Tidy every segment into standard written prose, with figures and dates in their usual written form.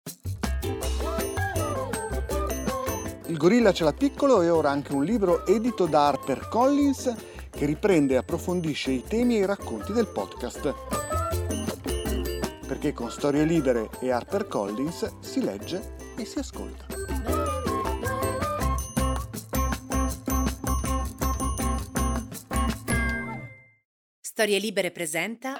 Il gorilla ce l'ha piccolo è ora anche un libro edito da HarperCollins che riprende e approfondisce i temi e i racconti del podcast. Perché con Storie Libere e HarperCollins si legge e si ascolta. Storie Libere presenta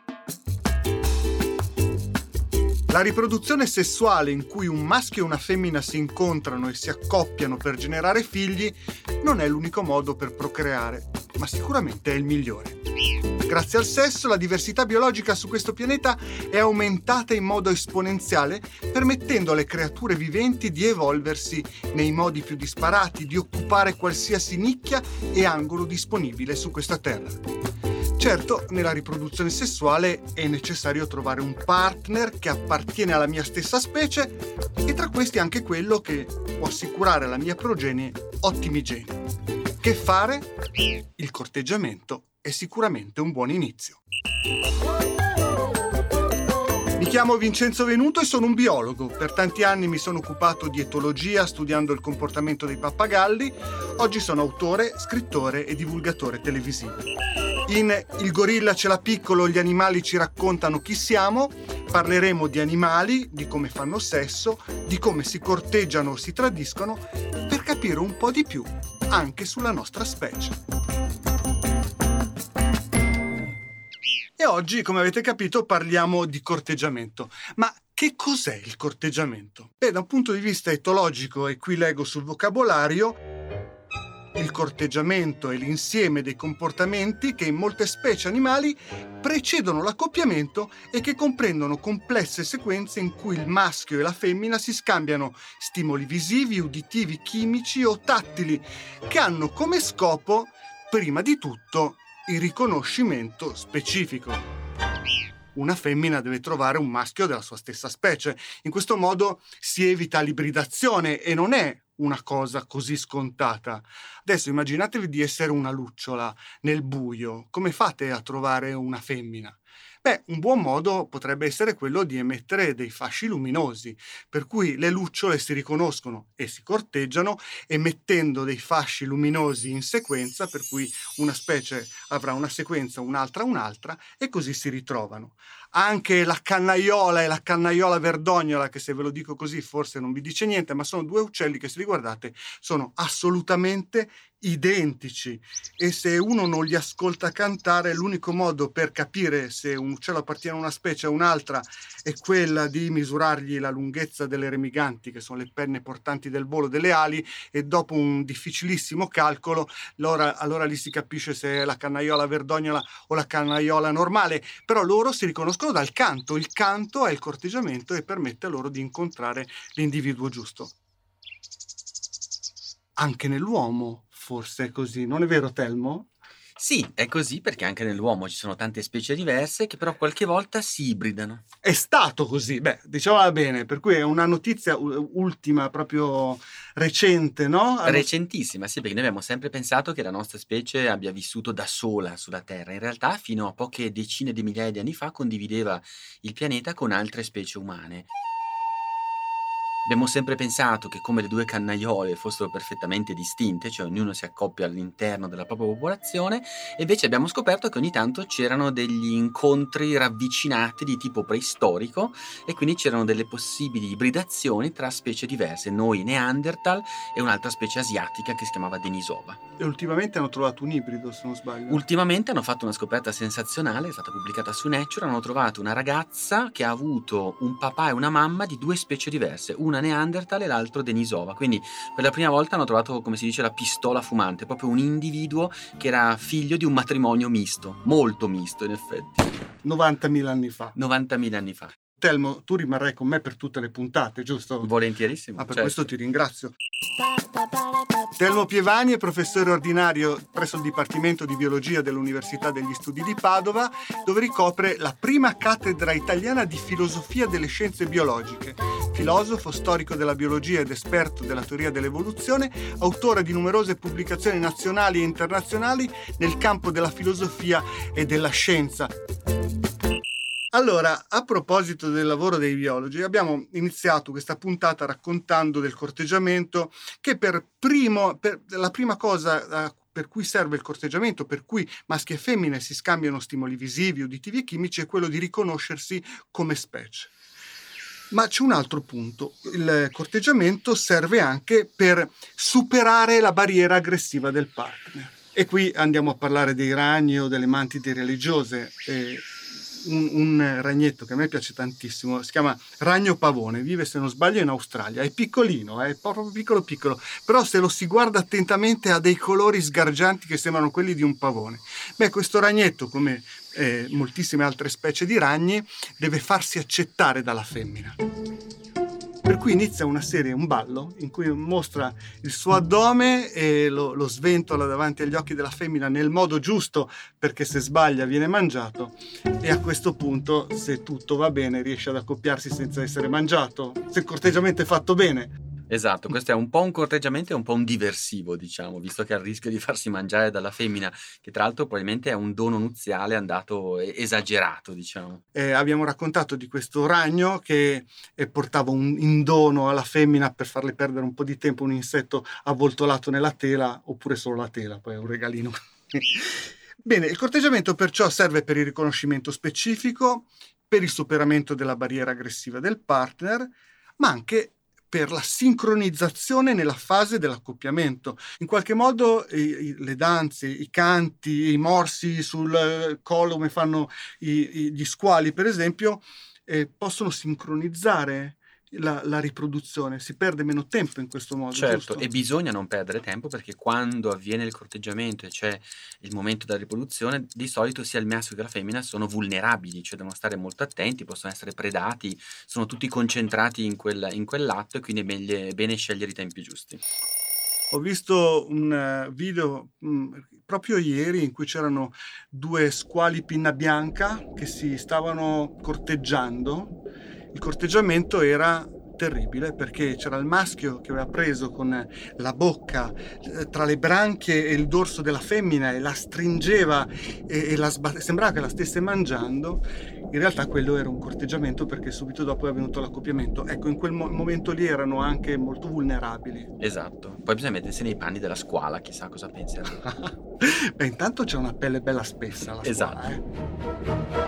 La riproduzione sessuale in cui un maschio e una femmina si incontrano e si accoppiano per generare figli non è l'unico modo per procreare, ma sicuramente è il migliore. Grazie al sesso, la diversità biologica su questo pianeta è aumentata in modo esponenziale, permettendo alle creature viventi di evolversi nei modi più disparati, di occupare qualsiasi nicchia e angolo disponibile su questa terra. Certo, nella riproduzione sessuale è necessario trovare un partner che appartiene alla mia stessa specie e tra questi anche quello che può assicurare alla mia progenie ottimi geni. Che fare? Il corteggiamento è sicuramente un buon inizio. Mi chiamo Vincenzo Venuto e sono un biologo. Per tanti anni mi sono occupato di etologia studiando il comportamento dei pappagalli. Oggi sono autore, scrittore e divulgatore televisivo. In Il gorilla ce l'ha piccolo, gli animali ci raccontano chi siamo, parleremo di animali, di come fanno sesso, di come si corteggiano o si tradiscono, per capire un po' di più anche sulla nostra specie. E oggi, come avete capito, parliamo di corteggiamento. Ma che cos'è il corteggiamento? Da un punto di vista etologico, e qui leggo sul vocabolario, il corteggiamento è l'insieme dei comportamenti che in molte specie animali precedono l'accoppiamento e che comprendono complesse sequenze in cui il maschio e la femmina si scambiano stimoli visivi, uditivi, chimici o tattili, che hanno come scopo, prima di tutto, il riconoscimento specifico. Una femmina deve trovare un maschio della sua stessa specie. In questo modo si evita l'ibridazione e non è una cosa così scontata. Adesso immaginatevi di essere una lucciola nel buio. Come fate a trovare una femmina? Un buon modo potrebbe essere quello di emettere dei fasci luminosi, per cui le lucciole si riconoscono e si corteggiano emettendo dei fasci luminosi in sequenza, per cui una specie avrà una sequenza, un'altra, e così si ritrovano. Anche la cannaiola e la cannaiola verdognola, che se ve lo dico così forse non vi dice niente, ma sono due uccelli che, se li guardate, sono assolutamente identici, e se uno non li ascolta cantare, l'unico modo per capire se un uccello appartiene a una specie o a un'altra è quella di misurargli la lunghezza delle remiganti, che sono le penne portanti del volo delle ali, e dopo un difficilissimo calcolo allora lì si capisce se è la cannaiola verdognola o la cannaiola normale. Però loro si riconoscono dal canto. Il canto è il corteggiamento e permette loro di incontrare l'individuo giusto. Anche nell'uomo forse è così, non è vero, Telmo? Sì, è così, perché anche nell'uomo ci sono tante specie diverse che però qualche volta si ibridano. È stato così, diciamola bene, per cui è una notizia ultima, proprio recente, no? Recentissima, sì, perché noi abbiamo sempre pensato che la nostra specie abbia vissuto da sola sulla Terra. In realtà fino a poche decine di migliaia di anni fa condivideva il pianeta con altre specie umane. Abbiamo sempre pensato che come le due cannaiole fossero perfettamente distinte, cioè ognuno si accoppia all'interno della propria popolazione, e invece abbiamo scoperto che ogni tanto c'erano degli incontri ravvicinati di tipo preistorico e quindi c'erano delle possibili ibridazioni tra specie diverse, noi Neanderthal e un'altra specie asiatica che si chiamava Denisova. E ultimamente hanno trovato un ibrido, se non sbaglio. Ultimamente hanno fatto una scoperta sensazionale, è stata pubblicata su Nature. Hanno trovato una ragazza che ha avuto un papà e una mamma di due specie diverse, una Neanderthal e l'altro Denisova. Quindi per la prima volta hanno trovato, come si dice, la pistola fumante, proprio un individuo che era figlio di un matrimonio misto, molto misto in effetti. 90.000 anni fa. 90.000 anni fa. Telmo, tu rimarrai con me per tutte le puntate, giusto? Volentierissimo. Per certo. questo ti ringrazio. Telmo Pievani è professore ordinario presso il Dipartimento di Biologia dell'Università degli Studi di Padova, dove ricopre la prima cattedra italiana di filosofia delle scienze biologiche. Filosofo, storico della biologia ed esperto della teoria dell'evoluzione, autore di numerose pubblicazioni nazionali e internazionali nel campo della filosofia e della scienza. Allora, a proposito del lavoro dei biologi, abbiamo iniziato questa puntata raccontando del corteggiamento, che per la prima cosa per cui serve il corteggiamento, per cui maschi e femmine si scambiano stimoli visivi, uditivi e chimici, è quello di riconoscersi come specie. Ma c'è un altro punto: il corteggiamento serve anche per superare la barriera aggressiva del partner. E qui andiamo a parlare dei ragni o delle mantide religiose. Un ragnetto che a me piace tantissimo si chiama ragno pavone, vive, se non sbaglio, in Australia. È piccolino, è proprio piccolo, però se lo si guarda attentamente ha dei colori sgargianti che sembrano quelli di un pavone. Questo ragnetto, come moltissime altre specie di ragni, deve farsi accettare dalla femmina. Per cui inizia una serie, un ballo, in cui mostra il suo addome e lo sventola davanti agli occhi della femmina nel modo giusto, perché se sbaglia viene mangiato, e a questo punto, se tutto va bene, riesce ad accoppiarsi senza essere mangiato, se il corteggiamento è fatto bene. Esatto, questo è un po' un corteggiamento e un po' un diversivo, diciamo, visto che ha il rischio di farsi mangiare dalla femmina, che tra l'altro probabilmente è un dono nuziale andato esagerato, diciamo. Abbiamo raccontato di questo ragno che portava in dono alla femmina per farle perdere un po' di tempo un insetto avvoltolato nella tela, oppure solo la tela, poi è un regalino. Bene, il corteggiamento perciò serve per il riconoscimento specifico, per il superamento della barriera aggressiva del partner, ma anche per la sincronizzazione nella fase dell'accoppiamento. In qualche modo le danze, i canti, i morsi sul collo, come fanno gli squali per esempio, possono sincronizzare la riproduzione. Si perde meno tempo in questo modo, Certo, giusto? e bisogna non perdere tempo, perché quando avviene il corteggiamento e c'è il momento della riproduzione, di solito sia il maschio che la femmina sono vulnerabili, cioè devono stare molto attenti, possono essere predati, sono tutti concentrati in quell'atto, e quindi è bene scegliere i tempi giusti. Ho visto un video proprio ieri in cui c'erano due squali pinna bianca che si stavano corteggiando. Il corteggiamento era terribile perché c'era il maschio che aveva preso con la bocca tra le branchie e il dorso della femmina e la stringeva e sembrava che la stesse mangiando. In realtà quello era un corteggiamento, perché subito dopo è avvenuto l'accoppiamento. Ecco, in quel momento lì erano anche molto vulnerabili. Esatto, poi bisogna mettersi nei panni della squala, chissà cosa penserà. Intanto c'è una pelle bella spessa la squala, Esatto.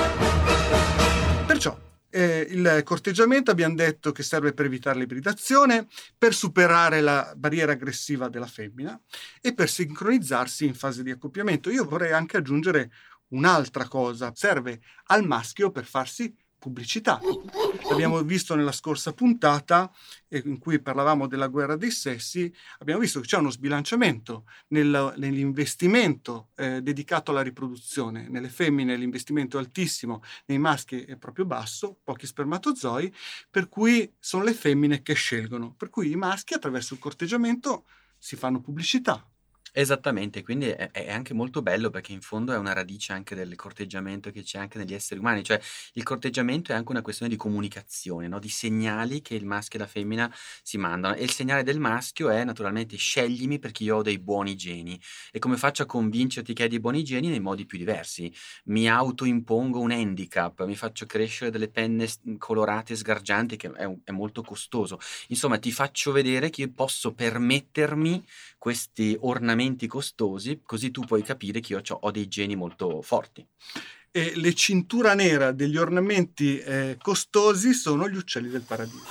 Perciò il corteggiamento abbiamo detto che serve per evitare l'ibridazione, per superare la barriera aggressiva della femmina e per sincronizzarsi in fase di accoppiamento. Io vorrei anche aggiungere un'altra cosa: serve al maschio per farsi pubblicità. L'abbiamo visto nella scorsa puntata in cui parlavamo della guerra dei sessi. Abbiamo visto che c'è uno sbilanciamento nell'investimento dedicato alla riproduzione. Nelle femmine l'investimento è altissimo, nei maschi è proprio basso, pochi spermatozoi, per cui sono le femmine che scelgono. Per cui i maschi attraverso il corteggiamento si fanno pubblicità. Esattamente, quindi è anche molto bello, perché in fondo è una radice anche del corteggiamento che c'è anche negli esseri umani, cioè il corteggiamento è anche una questione di comunicazione, no? Di segnali che il maschio e la femmina si mandano, e il segnale del maschio è naturalmente: sceglimi perché io ho dei buoni geni. E come faccio a convincerti che hai dei buoni geni? Nei modi più diversi. Mi autoimpongo un handicap, mi faccio crescere delle penne colorate e sgargianti, che è molto costoso. Insomma, ti faccio vedere che io posso permettermi questi ornamenti costosi, così tu puoi capire che io ho dei geni molto forti. E le cintura nera degli ornamenti costosi sono gli uccelli del paradiso.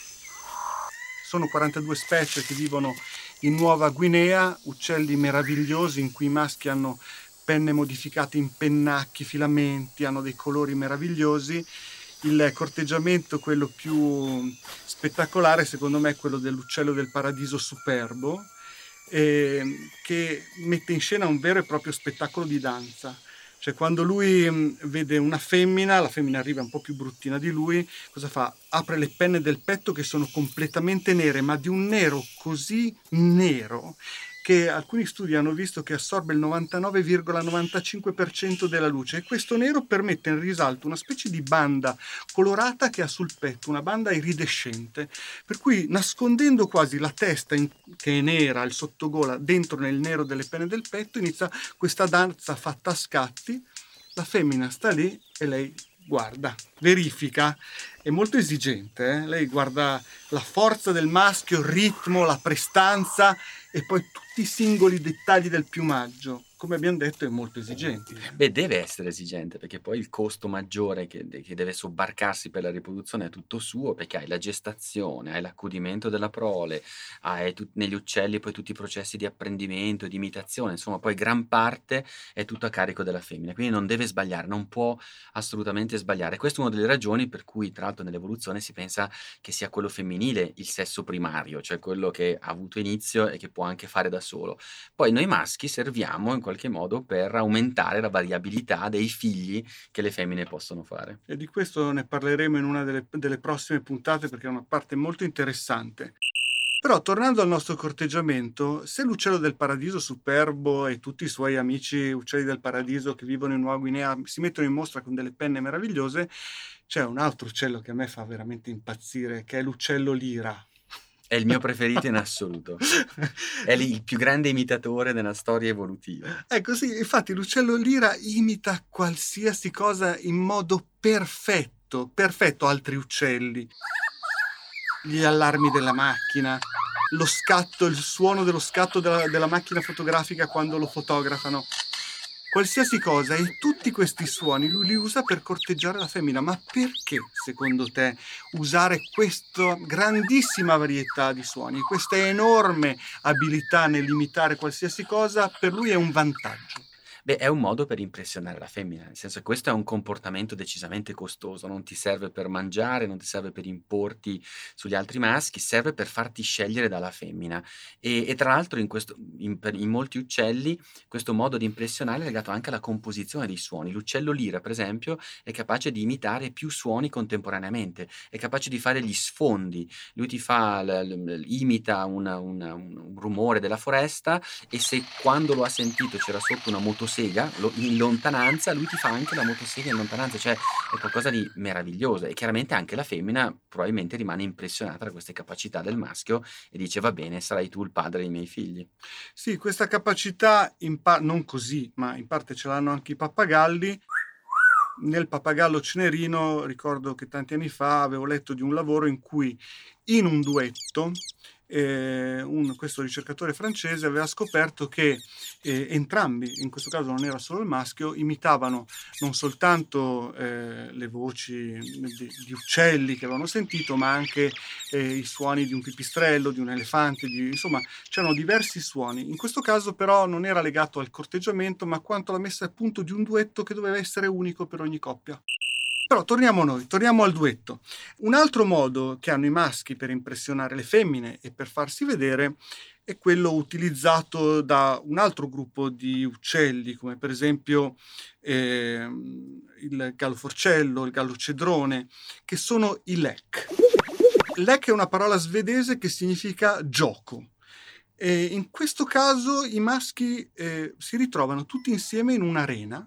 Sono 42 specie che vivono in Nuova Guinea, uccelli meravigliosi in cui i maschi hanno penne modificate in pennacchi, filamenti, hanno dei colori meravigliosi. Il corteggiamento, quello più spettacolare secondo me, è quello dell'uccello del paradiso superbo, che mette in scena un vero e proprio spettacolo di danza. Cioè, quando lui vede una femmina, la femmina arriva un po' più bruttina di lui, cosa fa? Apre le penne del petto, che sono completamente nere, ma di un nero così nero che alcuni studi hanno visto che assorbe il 99,95% della luce, e questo nero permette in risalto una specie di banda colorata che ha sul petto, una banda iridescente, per cui nascondendo quasi la testa che è nera, il sottogola, dentro nel nero delle penne del petto, inizia questa danza fatta a scatti. La femmina sta lì e lei guarda, verifica, è molto esigente, eh? Lei guarda la forza del maschio, il ritmo, la prestanza e poi tutti i singoli dettagli del piumaggio. Come abbiamo detto, è molto esigente. Beh, deve essere esigente, perché poi il costo maggiore che deve sobbarcarsi per la riproduzione è tutto suo, perché hai la gestazione, hai l'accudimento della prole, hai negli uccelli poi tutti i processi di apprendimento, di imitazione, insomma poi gran parte è tutto a carico della femmina, quindi non deve sbagliare, non può assolutamente sbagliare. Questa è una delle ragioni per cui tra l'altro nell'evoluzione si pensa che sia quello femminile il sesso primario, cioè quello che ha avuto inizio e che può anche fare da solo. Poi noi maschi serviamo in qualche modo per aumentare la variabilità dei figli che le femmine possono fare. E di questo ne parleremo in una delle prossime puntate perché è una parte molto interessante. Però tornando al nostro corteggiamento, se l'uccello del paradiso superbo e tutti i suoi amici uccelli del paradiso che vivono in Nuova Guinea si mettono in mostra con delle penne meravigliose, c'è un altro uccello che a me fa veramente impazzire, che è l'uccello lira. È il mio preferito in assoluto. È il più grande imitatore della storia evolutiva. Ecco sì, infatti l'uccello lira imita qualsiasi cosa in modo perfetto altri uccelli. Gli allarmi della macchina, lo scatto, il suono dello scatto della macchina fotografica quando lo fotografano. Qualsiasi cosa, e tutti questi suoni lui li usa per corteggiare la femmina. Ma perché, secondo te, usare questa grandissima varietà di suoni, questa enorme abilità nell'imitare qualsiasi cosa, per lui è un vantaggio? Beh, è un modo per impressionare la femmina, nel senso che questo è un comportamento decisamente costoso, non ti serve per mangiare, non ti serve per importi sugli altri maschi, serve per farti scegliere dalla femmina. E tra l'altro in molti uccelli questo modo di impressionare è legato anche alla composizione dei suoni. L'uccello lira, per esempio, è capace di imitare più suoni contemporaneamente, è capace di fare gli sfondi. Lui ti fa, imita un rumore della foresta e se quando lo ha sentito c'era sotto una motosega in lontananza, lui ti fa anche la motosega in lontananza, cioè è qualcosa di meraviglioso e chiaramente anche la femmina probabilmente rimane impressionata da queste capacità del maschio e dice: "Va bene, sarai tu il padre dei miei figli". Sì, questa capacità, non così, ma in parte ce l'hanno anche i pappagalli. Nel Pappagallo Cenerino ricordo che tanti anni fa avevo letto di un lavoro in cui in un duetto questo ricercatore francese aveva scoperto che entrambi, in questo caso non era solo il maschio, imitavano non soltanto le voci di uccelli che avevano sentito, ma anche i suoni di un pipistrello, di un elefante, insomma c'erano diversi suoni. In questo caso però non era legato al corteggiamento, ma quanto alla messa a punto di un duetto che doveva essere unico per ogni coppia. Però torniamo a noi, torniamo al duetto. Un altro modo che hanno i maschi per impressionare le femmine e per farsi vedere è quello utilizzato da un altro gruppo di uccelli, come per esempio il gallo forcello, il gallo cedrone, che sono i lek. Lek è una parola svedese che significa gioco. E in questo caso i maschi si ritrovano tutti insieme in un'arena.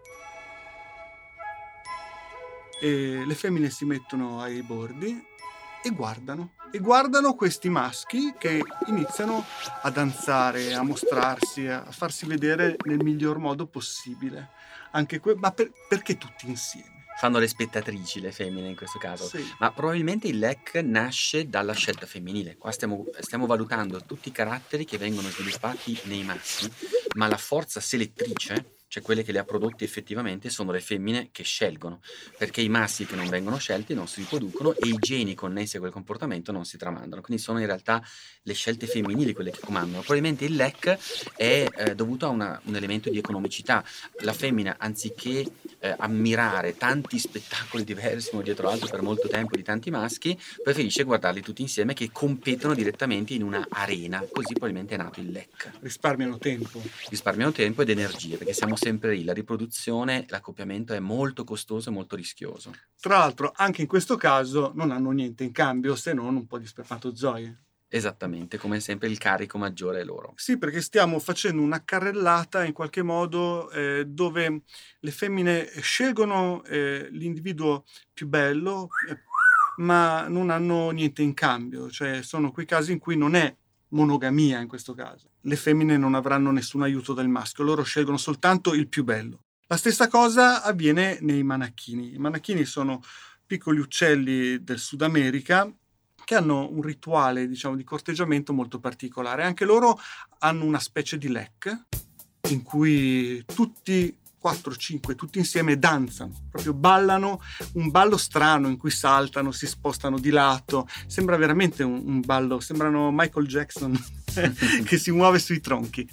E le femmine si mettono ai bordi e guardano questi maschi che iniziano a danzare, a mostrarsi, a farsi vedere nel miglior modo possibile. Ma perché tutti insieme? Fanno le spettatrici le femmine in questo caso, Sì. ma probabilmente il lek nasce dalla scelta femminile. Qua stiamo valutando tutti i caratteri che vengono sviluppati nei maschi, ma la forza selettrice, cioè quelle che le ha prodotti effettivamente, sono le femmine che scelgono, perché i maschi che non vengono scelti non si riproducono e i geni connessi a quel comportamento non si tramandano. Quindi sono in realtà le scelte femminili quelle che comandano. Probabilmente il lek è dovuto a un elemento di economicità. La femmina, anziché ammirare tanti spettacoli diversi uno dietro l'altro per molto tempo di tanti maschi, preferisce guardarli tutti insieme che competono direttamente in una arena. Così probabilmente è nato il lek. Risparmiano tempo. Risparmiano tempo ed energie, perché siamo sempre lì. La riproduzione, l'accoppiamento è molto costoso e molto rischioso. Tra l'altro, anche in questo caso non hanno niente in cambio se non un po' di spermatozoi. Esattamente, come sempre il carico maggiore è loro. Sì, perché stiamo facendo una carrellata in qualche modo dove le femmine scelgono l'individuo più bello, ma non hanno niente in cambio. Cioè sono quei casi in cui non è monogamia in questo caso. Le femmine non avranno nessun aiuto del maschio, loro scelgono soltanto il più bello. La stessa cosa avviene nei manacchini. I manacchini sono piccoli uccelli del Sud America che hanno un rituale, diciamo, di corteggiamento molto particolare. Anche loro hanno una specie di lek in cui tutti 4-5, tutti insieme danzano, proprio ballano un ballo strano in cui saltano, si spostano di lato, sembra veramente un ballo, sembrano Michael Jackson che si muove sui tronchi.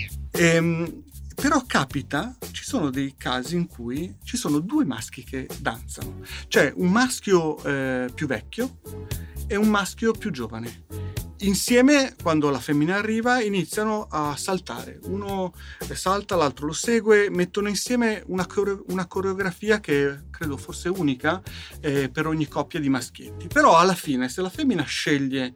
Però capita, ci sono dei casi in cui ci sono due maschi che danzano, cioè un maschio più vecchio e un maschio più giovane. Insieme, quando la femmina arriva, iniziano a saltare. Uno salta, l'altro lo segue, mettono insieme una coreografia che credo fosse unica per ogni coppia di maschietti. Però alla fine, se la femmina sceglie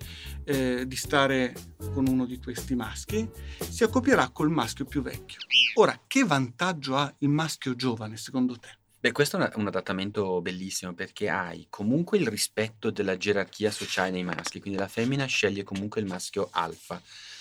di stare con uno di questi maschi, si accoppierà col maschio più vecchio. Ora, che vantaggio ha il maschio giovane, secondo te? Beh, questo è un adattamento bellissimo perché hai comunque il rispetto della gerarchia sociale nei maschi, quindi la femmina sceglie comunque il maschio alfa,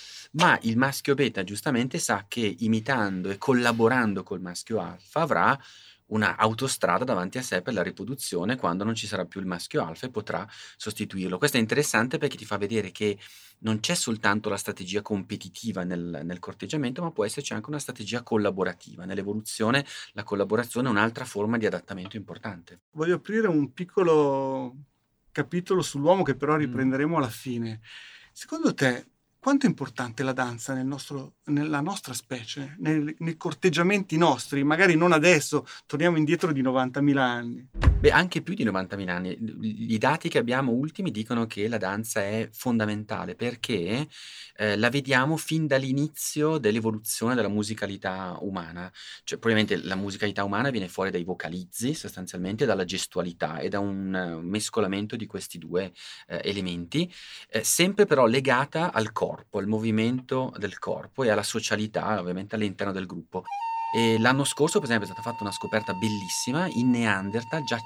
ma il maschio beta giustamente sa che imitando e collaborando col maschio alfa avrà una autostrada davanti a sé per la riproduzione quando non ci sarà più il maschio alfa e potrà sostituirlo. Questo è interessante perché ti fa vedere che non c'è soltanto la strategia competitiva nel corteggiamento, ma può esserci anche una strategia collaborativa. Nell'evoluzione la collaborazione è un'altra forma di adattamento importante. Voglio aprire un piccolo capitolo sull'uomo che però Mh. riprenderemo alla fine. Secondo te, quanto è importante la danza nella nostra specie, nei corteggiamenti nostri? Magari non adesso, torniamo indietro di 90.000 anni. Beh, anche più di 90.000 anni. I dati che abbiamo ultimi dicono che la danza è fondamentale perché, la vediamo fin dall'inizio dell'evoluzione della musicalità umana. Cioè, probabilmente la musicalità umana viene fuori dai vocalizzi, sostanzialmente dalla gestualità e da un mescolamento di questi 2, elementi, sempre però legata al corpo, al movimento del corpo e alla socialità, ovviamente all'interno del gruppo. L'anno scorso, per esempio, è stata fatta una scoperta bellissima in Neanderthal, già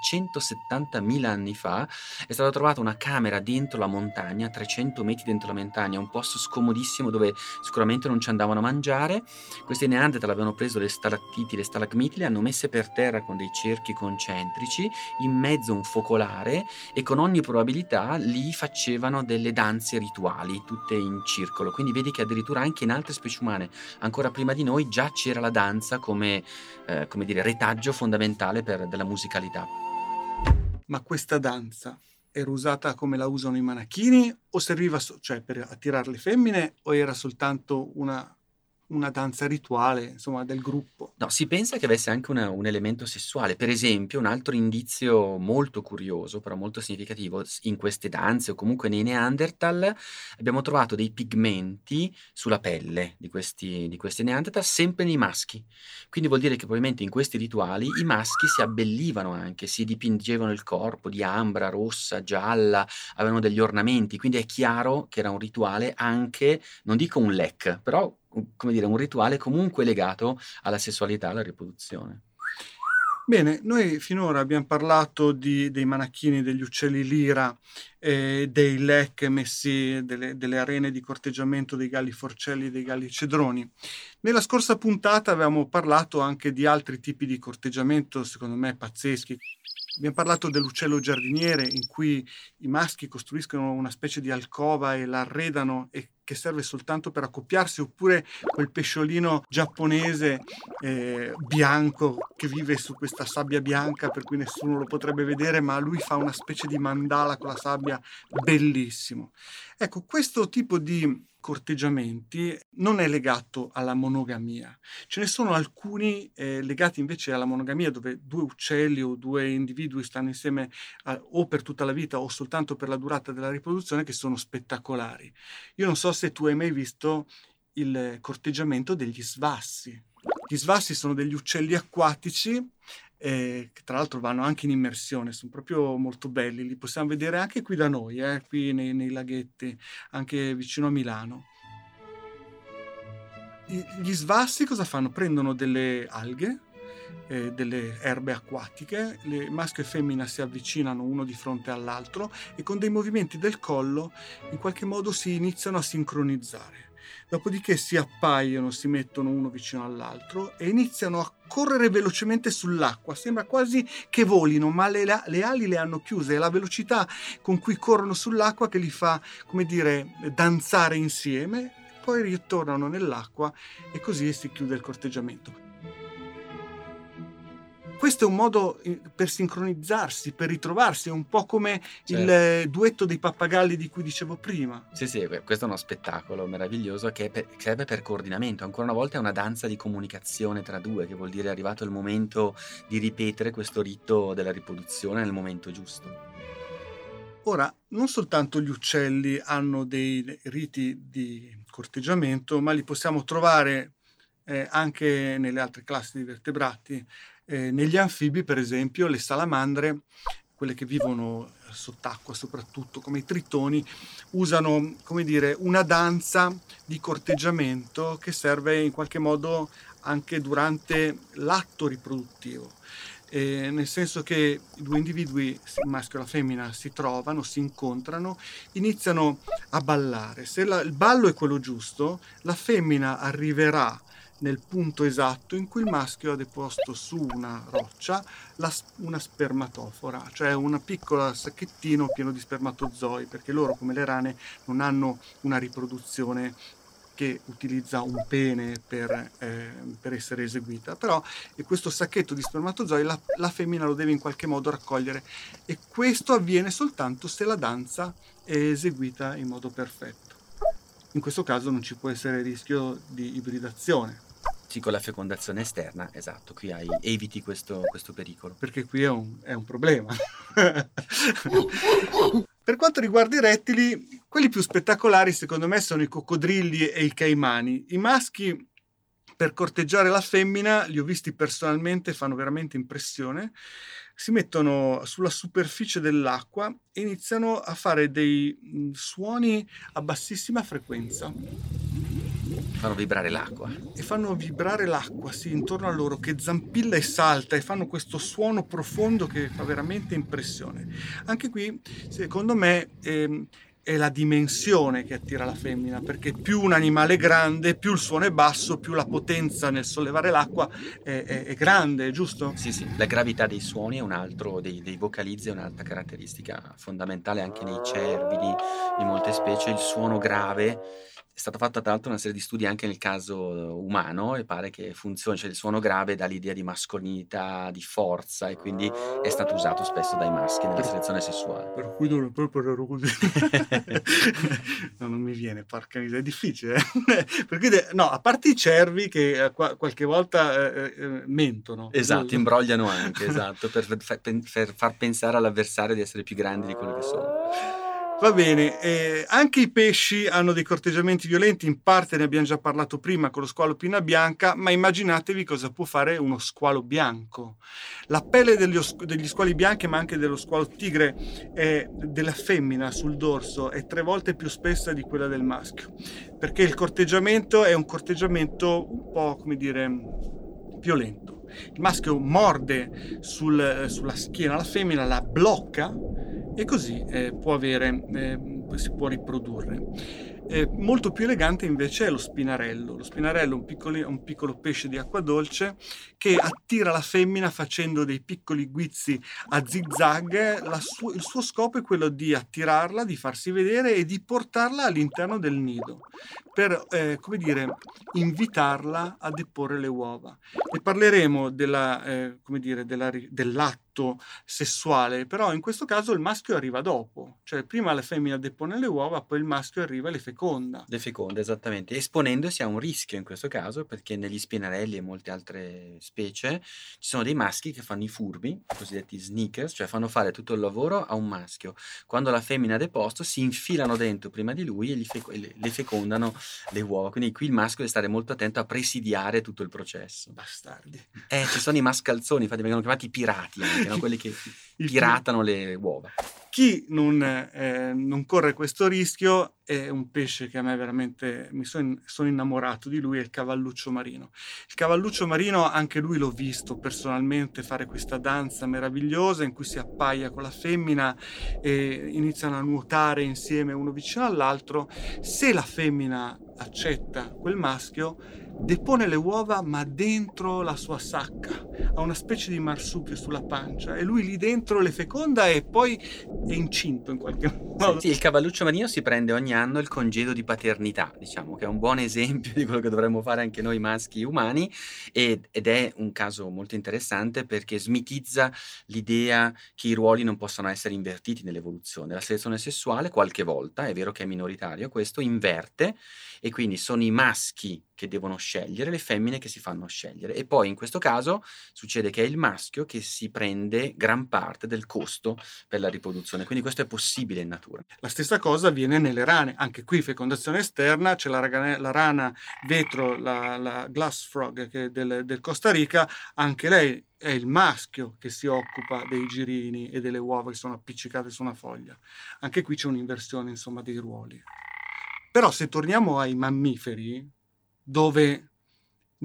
170.000 anni fa, è stata trovata una camera dentro la montagna, 300 metri dentro la montagna, un posto scomodissimo dove sicuramente non ci andavano a mangiare. Questi Neanderthal avevano preso le stalattiti, le stalagmiti, le hanno messe per terra con dei cerchi concentrici, in mezzo un focolare e con ogni probabilità lì facevano delle danze rituali, tutte in circolo. Quindi vedi che addirittura anche in altre specie umane, ancora prima di noi, già c'era la danza come dire, retaggio fondamentale della musicalità. Ma questa danza era usata come la usano i manachini o serviva cioè per attirare le femmine o era soltanto una danza rituale, insomma, del gruppo? No, si pensa che avesse anche un elemento sessuale. Per esempio, un altro indizio molto curioso, però molto significativo, in queste danze o comunque nei Neanderthal, abbiamo trovato dei pigmenti sulla pelle di questi Neanderthal, sempre nei maschi. Quindi vuol dire che probabilmente in questi rituali i maschi si abbellivano anche, si dipingevano il corpo di ambra, rossa, gialla, avevano degli ornamenti, quindi è chiaro che era un rituale anche, non dico un lek, però come dire, un rituale comunque legato alla sessualità, alla riproduzione. Bene, noi finora abbiamo parlato dei manacchini, degli uccelli lira, dei lek messi, delle arene di corteggiamento dei galli forcelli e dei galli cedroni. Nella scorsa puntata avevamo parlato anche di altri tipi di corteggiamento, secondo me pazzeschi. Abbiamo parlato dell'uccello giardiniere in cui i maschi costruiscono una specie di alcova e la arredano e che serve soltanto per accoppiarsi, oppure quel pesciolino giapponese bianco che vive su questa sabbia bianca per cui nessuno lo potrebbe vedere, ma lui fa una specie di mandala con la sabbia, bellissimo. Ecco, questo tipo di corteggiamenti non è legato alla monogamia. Ce ne sono alcuni legati invece alla monogamia, dove due uccelli o due individui stanno insieme o per tutta la vita o soltanto per la durata della riproduzione, che sono spettacolari. Io non so se tu hai mai visto il corteggiamento degli svassi. Gli svassi sono degli uccelli acquatici che tra l'altro vanno anche in immersione, sono proprio molto belli, li possiamo vedere anche qui da noi, qui nei laghetti, anche vicino a Milano. Gli svassi cosa fanno? Prendono delle alghe, delle erbe acquatiche, le maschio e femmina si avvicinano uno di fronte all'altro e con dei movimenti del collo in qualche modo si iniziano a sincronizzare. Dopodiché si appaiono, si mettono uno vicino all'altro e iniziano a correre velocemente sull'acqua, sembra quasi che volino, ma le ali le hanno chiuse, è la velocità con cui corrono sull'acqua che li fa, come dire, danzare insieme, poi ritornano nell'acqua e così si chiude il corteggiamento. Questo è un modo per sincronizzarsi, per ritrovarsi, è un po' come il duetto dei pappagalli di cui dicevo prima. Sì, questo è uno spettacolo meraviglioso che serve per coordinamento. Ancora una volta è una danza di comunicazione tra due, che vuol dire è arrivato il momento di ripetere questo rito della riproduzione nel momento giusto. Ora, non soltanto gli uccelli hanno dei riti di corteggiamento, ma li possiamo trovare anche nelle altre classi di vertebrati. Negli anfibi, per esempio, le salamandre, quelle che vivono sott'acqua soprattutto, come i tritoni, usano, come dire, una danza di corteggiamento che serve in qualche modo anche durante l'atto riproduttivo. Nel senso che i due individui, il maschio e la femmina, si trovano, si incontrano, iniziano a ballare. Se il ballo è quello giusto, la femmina arriverà nel punto esatto in cui il maschio ha deposto su una roccia una spermatofora, cioè un piccolo sacchettino pieno di spermatozoi, perché loro, come le rane, non hanno una riproduzione che utilizza un pene per essere eseguita, però questo sacchetto di spermatozoi la femmina lo deve in qualche modo raccogliere, e questo avviene soltanto se la danza è eseguita in modo perfetto. In questo caso non ci può essere rischio di ibridazione. Sì, con la fecondazione esterna, esatto, qui eviti questo pericolo. Perché qui è un problema. Per quanto riguarda i rettili, quelli più spettacolari secondo me sono i coccodrilli e i caimani. I maschi, per corteggiare la femmina, li ho visti personalmente, fanno veramente impressione. Si mettono sulla superficie dell'acqua e iniziano a fare dei suoni a bassissima frequenza. Fanno vibrare l'acqua. E fanno vibrare l'acqua, sì, intorno a loro, che zampilla e salta, e fanno questo suono profondo che fa veramente impressione. Anche qui, secondo me, è la dimensione che attira la femmina, perché più un animale è grande, più il suono è basso, più la potenza nel sollevare l'acqua è grande, giusto? Sì, la gravità dei suoni è un altro, dei vocalizzi è un'altra caratteristica fondamentale anche nei cervidi, in molte specie. Il suono grave è stata fatta tra l'altro una serie di studi anche nel caso umano e pare che funzioni, cioè il suono grave dà l'idea di mascolinità, di forza, e quindi è stato usato spesso dai maschi nella selezione sessuale. Per cui non puoi parlare così. No, non mi viene, porca miseria, è difficile. Perché no, a parte i cervi che qualche volta mentono. Esatto, imbrogliano anche, esatto, per far pensare all'avversario di essere più grandi di quello che sono. Va bene, anche i pesci hanno dei corteggiamenti violenti, in parte ne abbiamo già parlato prima con lo squalo pinna bianca, ma immaginatevi cosa può fare uno squalo bianco. La pelle degli squali bianchi, ma anche dello squalo tigre, della femmina sul dorso, è 3 volte più spessa di quella del maschio, perché il corteggiamento è un corteggiamento un po', come dire, violento. Il maschio morde sulla schiena la femmina, la blocca, e così si può riprodurre. Molto più elegante invece è lo spinarello. Lo spinarello è un piccolo pesce di acqua dolce che attira la femmina facendo dei piccoli guizzi a zigzag. Il suo scopo è quello di attirarla, di farsi vedere e di portarla all'interno del nido per, come dire, invitarla a deporre le uova. E parleremo dell'atto sessuale, però in questo caso il maschio arriva dopo, cioè prima la femmina depone le uova, poi il maschio arriva e le feconda. Le feconda, esattamente, esponendosi a un rischio in questo caso, perché negli spinarelli e molte altre specie ci sono dei maschi che fanno i furbi, i cosiddetti sneakers, cioè fanno fare tutto il lavoro a un maschio. Quando la femmina ha deposto si infilano dentro prima di lui e le fecondano le uova, quindi qui il maschio deve stare molto attento a presidiare tutto il processo. Bastardi. Ci sono i mascalzoni, infatti vengono chiamati pirati anche, no? Quelli che piratano le uova. Chi non corre questo rischio è un pesce che a me veramente sono innamorato di lui, è il cavalluccio marino. Il cavalluccio marino, anche lui l'ho visto personalmente fare questa danza meravigliosa in cui si appaia con la femmina e iniziano a nuotare insieme uno vicino all'altro. Se la femmina accetta quel maschio, depone le uova ma dentro la sua sacca, ha una specie di marsupio sulla pancia e lui lì dentro le feconda e poi è incinto in qualche modo. Sì, il cavalluccio marino si prende ogni anno il congedo di paternità, diciamo, che è un buon esempio di quello che dovremmo fare anche noi maschi umani, ed è un caso molto interessante perché smitizza l'idea che i ruoli non possano essere invertiti nell'evoluzione. La selezione sessuale qualche volta, è vero che è minoritario questo, inverte, e quindi sono i maschi che devono scegliere, le femmine che si fanno scegliere, e poi in questo caso succede che è il maschio che si prende gran parte del costo per la riproduzione, quindi questo è possibile in natura. La stessa cosa avviene nelle rane, anche qui fecondazione esterna, c'è la rana vetro, la glass frog che è del Costa Rica, anche lei è il maschio che si occupa dei girini e delle uova che sono appiccicate su una foglia. Anche qui c'è un'inversione, insomma, dei ruoli. Però se torniamo ai mammiferi, dove il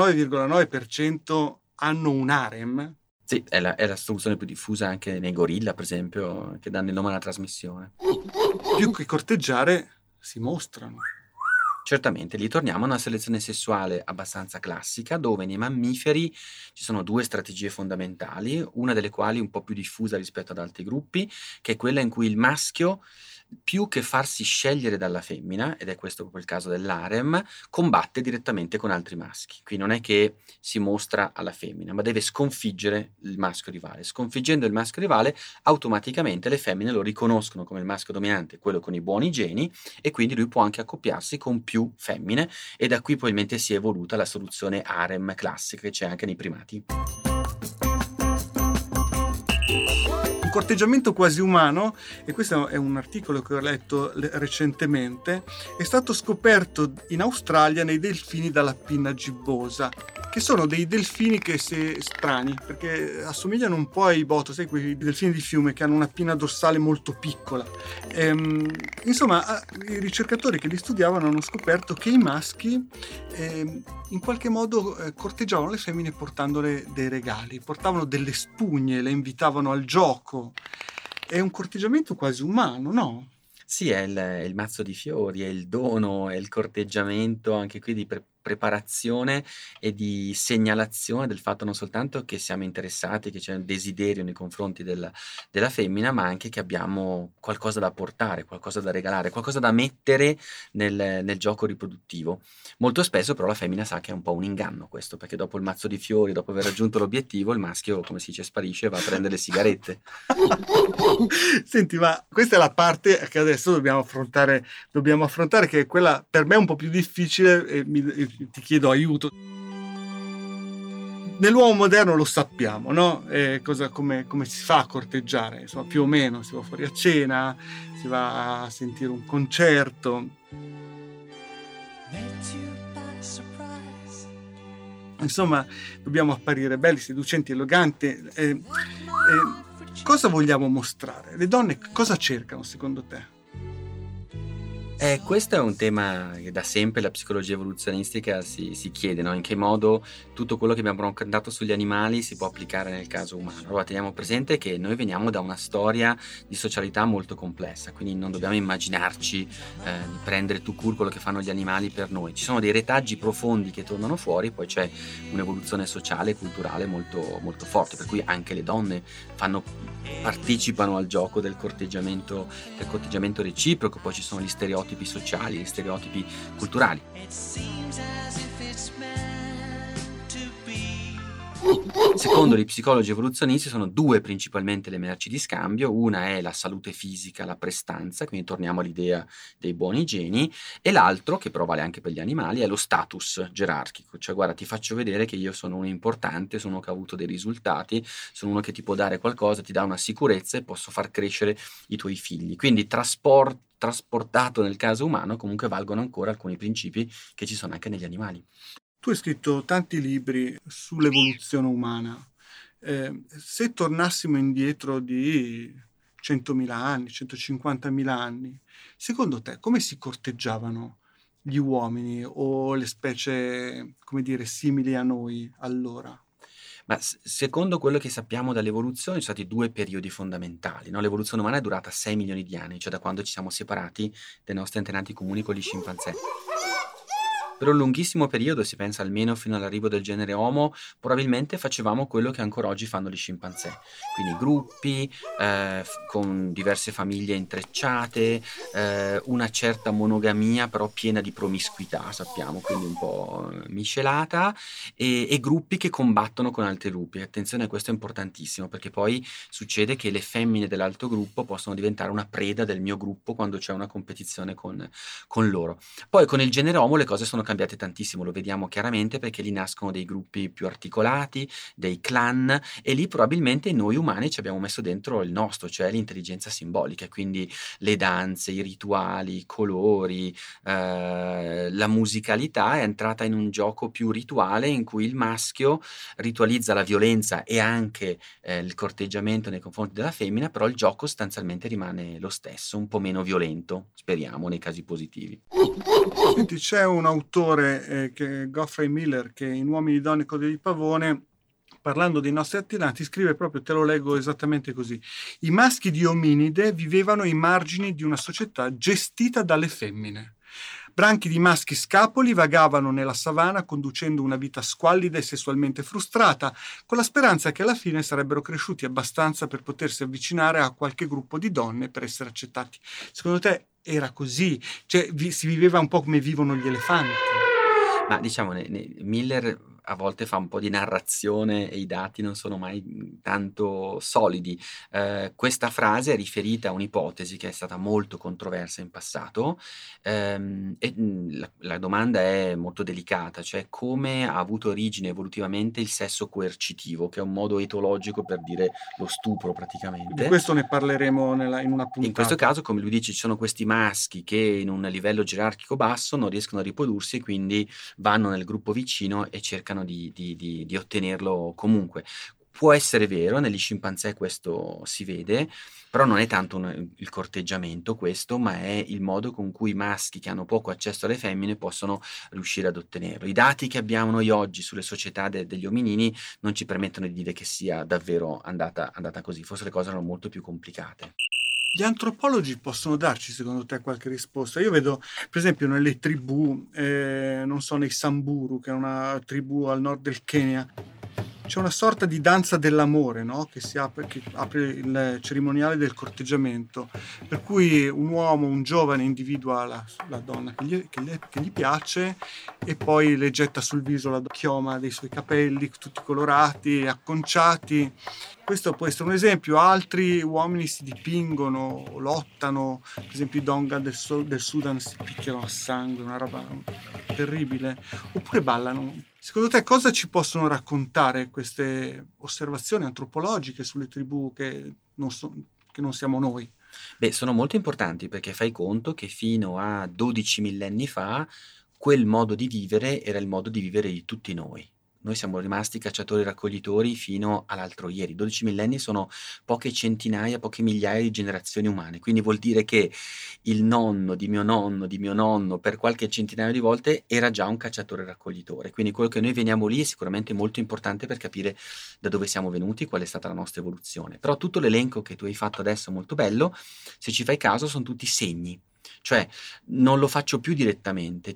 99,9% hanno un harem. Sì, è la soluzione più diffusa anche nei gorilla, per esempio, che danno il nome alla trasmissione. Più che corteggiare, si mostrano. Certamente, lì torniamo a una selezione sessuale abbastanza classica, dove nei mammiferi ci sono due strategie fondamentali, una delle quali un po' più diffusa rispetto ad altri gruppi, che è quella in cui il maschio, più che farsi scegliere dalla femmina, ed è questo proprio il caso dell'harem, combatte direttamente con altri maschi. Qui non è che si mostra alla femmina, ma deve sconfiggere il maschio rivale. Sconfiggendo il maschio rivale, automaticamente le femmine lo riconoscono come il maschio dominante, quello con i buoni geni, e quindi lui può anche accoppiarsi con più femmine, e da qui probabilmente si è evoluta la soluzione harem classica che c'è anche nei primati. Un corteggiamento quasi umano, e questo è un articolo che ho letto recentemente, è stato scoperto in Australia nei delfini dalla pinna gibbosa, che sono dei delfini strani, perché assomigliano un po' ai boto, sai, quei delfini di fiume che hanno una pinna dorsale molto piccola. Insomma, i ricercatori che li studiavano hanno scoperto che i maschi in qualche modo corteggiavano le femmine portandole dei regali, portavano delle spugne, le invitavano al gioco. È un corteggiamento quasi umano, no? Sì, è il mazzo di fiori, è il dono, è il corteggiamento, anche qui di preparazione e di segnalazione del fatto non soltanto che siamo interessati, che c'è un desiderio nei confronti della femmina, ma anche che abbiamo qualcosa da portare, qualcosa da regalare, qualcosa da mettere nel gioco riproduttivo. Molto spesso però la femmina sa che è un po' un inganno questo, perché dopo il mazzo di fiori, dopo aver raggiunto l'obiettivo, il maschio, come si dice, sparisce e va a prendere le sigarette. Senti, ma questa è la parte che adesso dobbiamo affrontare, che è quella per me un po' più difficile, e ti chiedo aiuto. Nell'uomo moderno lo sappiamo, no? Come si fa a corteggiare? Insomma, più o meno si va fuori a cena, si va a sentire un concerto. Insomma, dobbiamo apparire belli, seducenti, eleganti. Cosa vogliamo mostrare? Le donne cosa cercano secondo te? Questo è un tema che da sempre la psicologia evoluzionistica si chiede, no? In che modo tutto quello che abbiamo raccontato sugli animali si può applicare nel caso umano. Allora teniamo presente che noi veniamo da una storia di socialità molto complessa, quindi non dobbiamo immaginarci di prendere tout court quello che fanno gli animali per noi. Ci sono dei retaggi profondi che tornano fuori, poi c'è un'evoluzione sociale e culturale molto, molto forte, per cui anche le donne partecipano al gioco del corteggiamento reciproco, poi ci sono gli stereotipi sociali, gli stereotipi culturali. Secondo gli psicologi evoluzionisti sono due principalmente le merci di scambio, una è la salute fisica, la prestanza, quindi torniamo all'idea dei buoni geni, e l'altro, che però vale anche per gli animali, è lo status gerarchico, cioè guarda, ti faccio vedere che io sono uno importante, sono uno che ha avuto dei risultati, sono uno che ti può dare qualcosa, ti dà una sicurezza e posso far crescere i tuoi figli. Quindi trasportato nel caso umano comunque valgono ancora alcuni principi che ci sono anche negli animali. Tu hai scritto tanti libri sull'evoluzione umana. Se tornassimo indietro di 100.000 anni, 150.000 anni. Secondo te, come si corteggiavano gli uomini o le specie, come dire, simili a noi allora? Ma secondo quello che sappiamo dall'evoluzione, ci sono stati 2 periodi fondamentali, no, l'evoluzione umana è durata 6 milioni di anni, cioè da quando ci siamo separati dai nostri antenati comuni con gli scimpanzé. Per un lunghissimo periodo, si pensa almeno fino all'arrivo del genere Homo, probabilmente facevamo quello che ancora oggi fanno gli scimpanzé. Quindi gruppi, con diverse famiglie intrecciate, una certa monogamia però piena di promiscuità, sappiamo, quindi un po' miscelata, e gruppi che combattono con altri gruppi. Attenzione, questo è importantissimo, perché poi succede che le femmine dell'altro gruppo possono diventare una preda del mio gruppo quando c'è una competizione con loro. Poi con il genere Homo le cose sono cambiate tantissimo, lo vediamo chiaramente perché lì nascono dei gruppi più articolati, dei clan, e lì probabilmente noi umani ci abbiamo messo dentro il nostro, cioè l'intelligenza simbolica, quindi le danze, i rituali, i colori, la musicalità è entrata in un gioco più rituale in cui il maschio ritualizza la violenza e anche il corteggiamento nei confronti della femmina, però il gioco sostanzialmente rimane lo stesso, un po' meno violento, speriamo, nei casi positivi. Senti, c'è un autore, che è Geoffrey Miller, che in Uomini, donne, code di pavone, parlando dei nostri antenati, scrive proprio, te lo leggo esattamente così: i maschi di ominide vivevano ai margini di una società gestita dalle femmine. Branchi di maschi scapoli vagavano nella savana conducendo una vita squallida e sessualmente frustrata, con la speranza che alla fine sarebbero cresciuti abbastanza per potersi avvicinare a qualche gruppo di donne per essere accettati. Secondo te era così? Cioè, si viveva un po' come vivono gli elefanti? Ma diciamo Miller a volte fa un po' di narrazione e i dati non sono mai, tanto solidi. Questa frase è riferita a un'ipotesi che è stata molto controversa in passato, la domanda è molto delicata, cioè come ha avuto origine evolutivamente il sesso coercitivo, che è un modo etologico per dire lo stupro Di praticamente. questo ne parleremo in una In questo puntata. caso, come lui dice, ci sono questi maschi che in un livello gerarchico basso non riescono a riprodursi e quindi vanno nel gruppo vicino e cercano di ottenerlo comunque. Può essere vero, negli scimpanzé questo si vede, però non è tanto il corteggiamento questo, ma è il modo con cui i maschi che hanno poco accesso alle femmine possono riuscire ad ottenerlo. I dati che abbiamo noi oggi sulle società degli ominini non ci permettono di dire che sia davvero andata così, forse le cose erano molto più complicate. Gli antropologi possono darci, secondo te, qualche risposta? Io vedo, per esempio, nelle tribù, non so, nei Samburu, che è una tribù al nord del Kenya, c'è una sorta di danza dell'amore, no? Che apre il cerimoniale del corteggiamento, per cui un uomo, un giovane, individua la donna che gli piace e poi le getta sul viso la chioma dei suoi capelli, tutti colorati, acconciati. Questo può essere un esempio. Altri uomini si dipingono, lottano, per esempio i Donga del Sudan si picchiano a sangue, una roba terribile, oppure ballano. Secondo te cosa ci possono raccontare queste osservazioni antropologiche sulle tribù che non siamo noi? Beh, sono molto importanti perché fai conto che fino a 12 millenni fa quel modo di vivere era il modo di vivere di tutti noi. Noi siamo rimasti cacciatori-raccoglitori fino all'altro ieri. 12 millenni sono poche centinaia, poche migliaia di generazioni umane, quindi vuol dire che il nonno di mio nonno, di mio nonno, per qualche centinaio di volte era già un cacciatore-raccoglitore. Quindi quello che noi veniamo lì è sicuramente molto importante per capire da dove siamo venuti, qual è stata la nostra evoluzione. Però tutto l'elenco che tu hai fatto adesso è molto bello, se ci fai caso sono tutti segni. Cioè, non lo faccio più direttamente,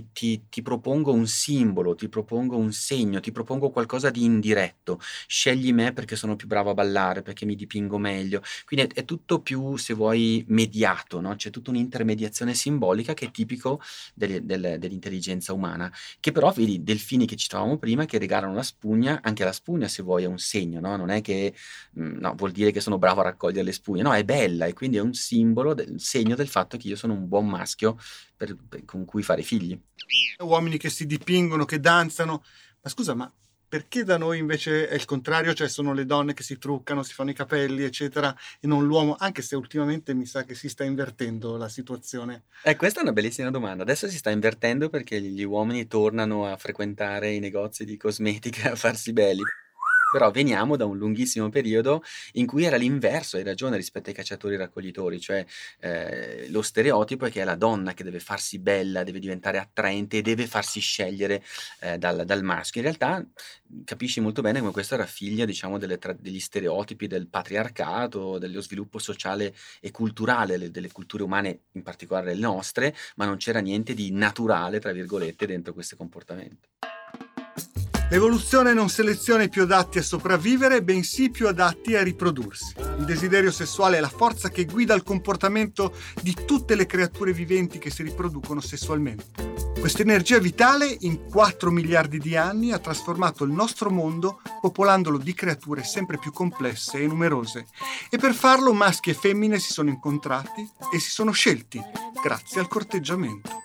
ti propongo un simbolo, ti propongo un segno, ti propongo qualcosa di indiretto. Scegli me perché sono più bravo a ballare, perché mi dipingo meglio. Quindi è tutto più, se vuoi, mediato, no? C'è tutta un'intermediazione simbolica che è tipico dell'intelligenza umana, che però vedi delfini che citavamo prima che regalano la spugna, anche la spugna se vuoi è un segno, no? Non è che no, vuol dire che sono bravo a raccogliere le spugne, no, è bella e quindi è un simbolo, un segno del fatto che io sono un buon maschio con cui fare figli. Uomini che si dipingono, che danzano. Ma scusa, ma perché da noi invece è il contrario? Cioè sono le donne che si truccano, si fanno i capelli, eccetera, e non l'uomo? Anche se ultimamente mi sa che si sta invertendo la situazione. Questa è una bellissima domanda. Adesso si sta invertendo perché gli uomini tornano a frequentare i negozi di cosmetica, a farsi belli. Però veniamo da un lunghissimo periodo in cui era l'inverso, hai ragione, rispetto ai cacciatori-raccoglitori, cioè lo stereotipo è che è la donna che deve farsi bella, deve diventare attraente e deve farsi scegliere dal maschio. In realtà capisci molto bene come questa era figlia, diciamo, degli stereotipi del patriarcato, dello sviluppo sociale e culturale delle culture umane, in particolare le nostre, ma non c'era niente di naturale, tra virgolette, dentro questi comportamenti. L'evoluzione non seleziona i più adatti a sopravvivere, bensì i più adatti a riprodursi. Il desiderio sessuale è la forza che guida il comportamento di tutte le creature viventi che si riproducono sessualmente. Questa energia vitale, in 4 miliardi di anni, ha trasformato il nostro mondo, popolandolo di creature sempre più complesse e numerose. E per farlo maschi e femmine si sono incontrati e si sono scelti, grazie al corteggiamento.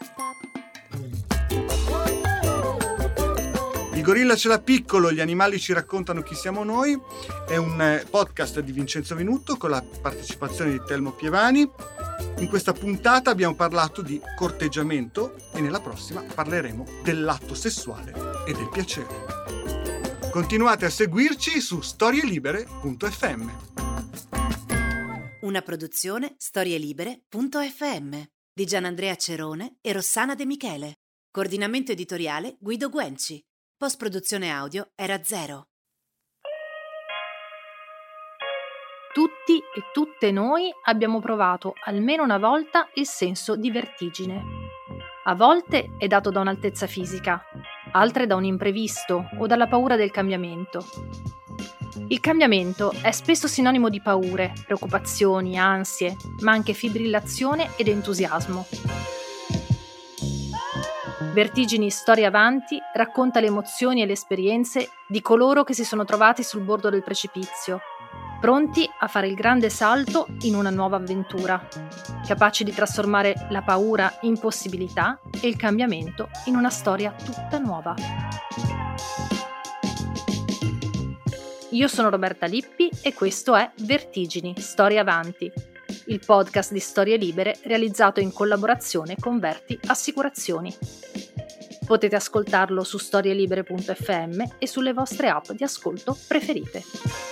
Il gorilla ce l'ha piccolo, gli animali ci raccontano chi siamo noi. È un podcast di Vincenzo Venuto con la partecipazione di Telmo Pievani. In questa puntata abbiamo parlato di corteggiamento e nella prossima parleremo dell'atto sessuale e del piacere. Continuate a seguirci su storielibere.fm. Una produzione storielibere.fm di Gianandrea Cerone e Rossana De Michele. Coordinamento editoriale Guido Guenci. Post-produzione audio era Zero. Tutti e tutte noi abbiamo provato almeno una volta il senso di vertigine. A volte è dato da un'altezza fisica, altre da un imprevisto o dalla paura del cambiamento. Il cambiamento è spesso sinonimo di paure, preoccupazioni, ansie, ma anche fibrillazione ed entusiasmo. Vertigini Storia Avanti racconta le emozioni e le esperienze di coloro che si sono trovati sul bordo del precipizio, pronti a fare il grande salto in una nuova avventura, capaci di trasformare la paura in possibilità e il cambiamento in una storia tutta nuova. Io sono Roberta Lippi e questo è Vertigini Storia Avanti, il podcast di storie libere realizzato in collaborazione con Verti Assicurazioni. Potete ascoltarlo su storielibere.fm e sulle vostre app di ascolto preferite.